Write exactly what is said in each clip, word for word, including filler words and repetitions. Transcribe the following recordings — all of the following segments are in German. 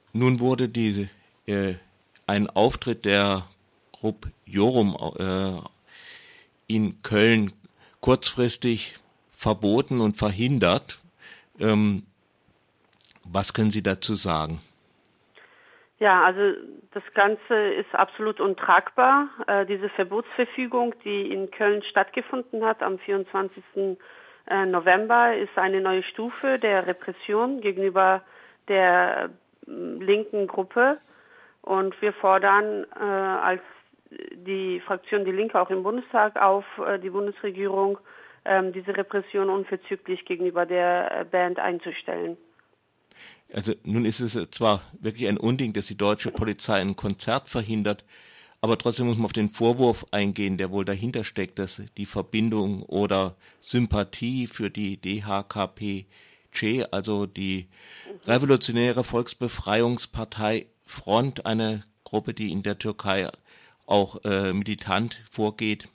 Nun wurde diese, äh, ein Auftritt der Gruppe Iorum äh, in Köln kurzfristig verboten und verhindert. Ähm, was können Sie dazu sagen? Ja, also das Ganze ist absolut untragbar. Äh, diese Verbotsverfügung, die in Köln stattgefunden hat am vierundzwanzigsten November, ist eine neue Stufe der Repression gegenüber der äh, linken Gruppe. Und wir fordern äh, als die Fraktion Die Linke auch im Bundestag auf äh, die Bundesregierung, äh, diese Repression unverzüglich gegenüber der Band einzustellen. Also nun ist es zwar wirklich ein Unding, dass die deutsche Polizei ein Konzert verhindert, aber trotzdem muss man auf den Vorwurf eingehen, der wohl dahinter steckt, dass die Verbindung oder Sympathie für die D H K P C, also die Revolutionäre Volksbefreiungspartei Front, eine Gruppe, die in der Türkei auch äh, militant vorgeht.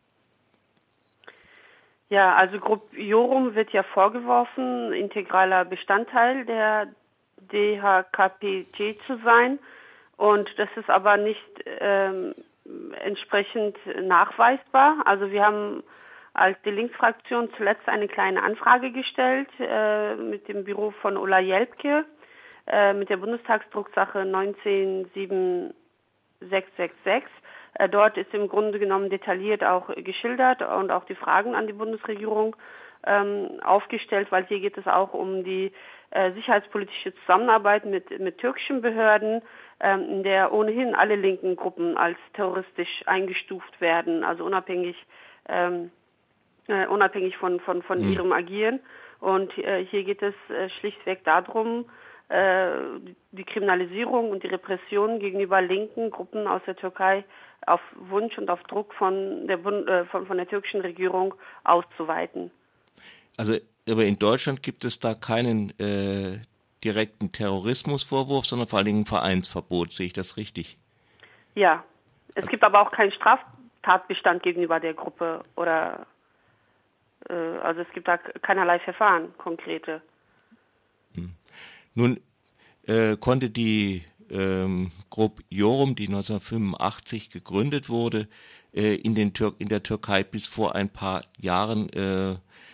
Ja, also Gruppe Iorum wird ja vorgeworfen, integraler Bestandteil der D H K P C zu sein. Und das ist aber nicht ähm, entsprechend nachweisbar. Also wir haben als die Linksfraktion zuletzt eine kleine Anfrage gestellt äh, mit dem Büro von Ulla Jelpke, äh, mit der Bundestagsdrucksache neunzehn sieben sechs sechs sechs. Äh, dort ist im Grunde genommen detailliert auch geschildert und auch die Fragen an die Bundesregierung ähm, aufgestellt, weil hier geht es auch um die äh, sicherheitspolitische Zusammenarbeit mit, mit türkischen Behörden, ähm, in der ohnehin alle linken Gruppen als terroristisch eingestuft werden, also unabhängig ähm, äh, unabhängig von, von, von mhm. ihrem Agieren. Und äh, hier geht es äh, schlichtweg darum, äh, die Kriminalisierung und die Repression gegenüber linken Gruppen aus der Türkei auf Wunsch und auf Druck von der, Bund, äh, von, von der türkischen Regierung auszuweiten. Also aber in Deutschland gibt es da keinen äh, direkten Terrorismusvorwurf, sondern vor allen Dingen ein Vereinsverbot. Sehe ich das richtig? Ja, es gibt aber auch keinen Straftatbestand gegenüber der Gruppe oder äh, also es gibt da keinerlei Verfahren, konkrete. Hm. Nun äh, konnte die ähm, Gruppe Iorum, die neunzehnhundertfünfundachtzig gegründet wurde, äh, in, den Tür- in der Türkei bis vor ein paar Jahren äh,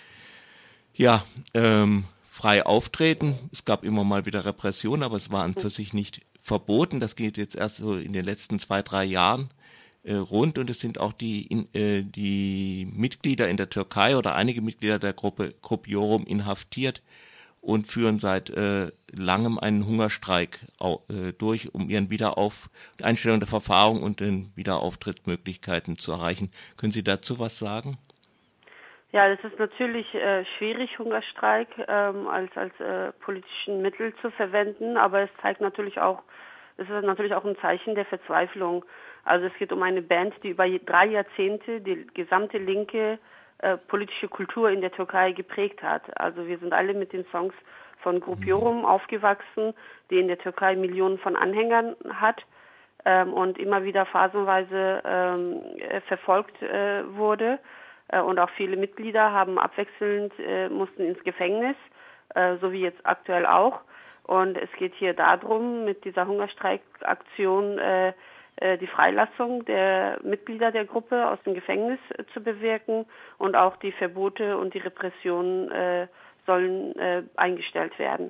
ja, ähm, frei auftreten. Es gab immer mal wieder Repressionen, aber es war an für sich nicht verboten. Das geht jetzt erst so in den letzten zwei, drei Jahren äh, rund und es sind auch die, in, äh, die Mitglieder in der Türkei oder einige Mitglieder der Gruppe Gruppe Iorum inhaftiert und führen seit äh, langem einen Hungerstreik au, äh, durch, um ihren Wiederauf die Einstellung der Verfahren und den Wiederauftrittmöglichkeiten zu erreichen. Können Sie dazu was sagen? Ja, es ist natürlich äh, schwierig, Hungerstreik ähm, als als äh, politischen Mittel zu verwenden, aber es zeigt natürlich auch, es ist natürlich auch ein Zeichen der Verzweiflung. Also es geht um eine Band, die über drei Jahrzehnte die gesamte linke äh, politische Kultur in der Türkei geprägt hat. Also wir sind alle mit den Songs von Gruppe Iorum aufgewachsen, die in der Türkei Millionen von Anhängern hat ähm, und immer wieder phasenweise ähm, verfolgt äh, wurde. Und auch viele Mitglieder haben abwechselnd, äh, mussten ins Gefängnis, äh, so wie jetzt aktuell auch. Und es geht hier darum, mit dieser Hungerstreikaktion äh, äh, die Freilassung der Mitglieder der Gruppe aus dem Gefängnis äh, zu bewirken. Und auch die Verbote und die Repressionen äh, sollen äh, eingestellt werden.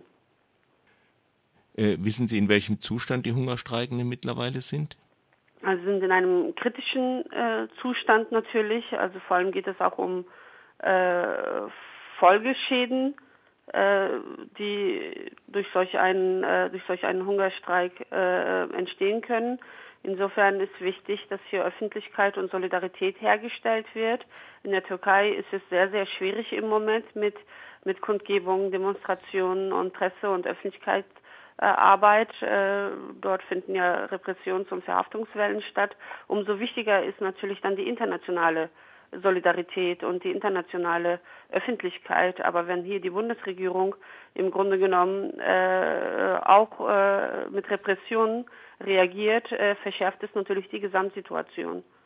Äh, wissen Sie, in welchem Zustand die Hungerstreikenden mittlerweile sind? Also sind in einem kritischen äh, Zustand natürlich. Also vor allem geht es auch um äh, Folgeschäden, äh, die durch solch einen äh, durch solch einen Hungerstreik äh, entstehen können. Insofern ist wichtig, dass hier Öffentlichkeit und Solidarität hergestellt wird. In der Türkei ist es sehr, sehr schwierig im Moment mit mit Kundgebungen, Demonstrationen und Presse- und Öffentlichkeit. Arbeit. Äh, dort finden ja Repressions- und Verhaftungswellen statt. Umso wichtiger ist natürlich dann die internationale Solidarität und die internationale Öffentlichkeit. Aber wenn hier die Bundesregierung im Grunde genommen äh, auch äh, mit Repressionen reagiert, äh, verschärft es natürlich die Gesamtsituation.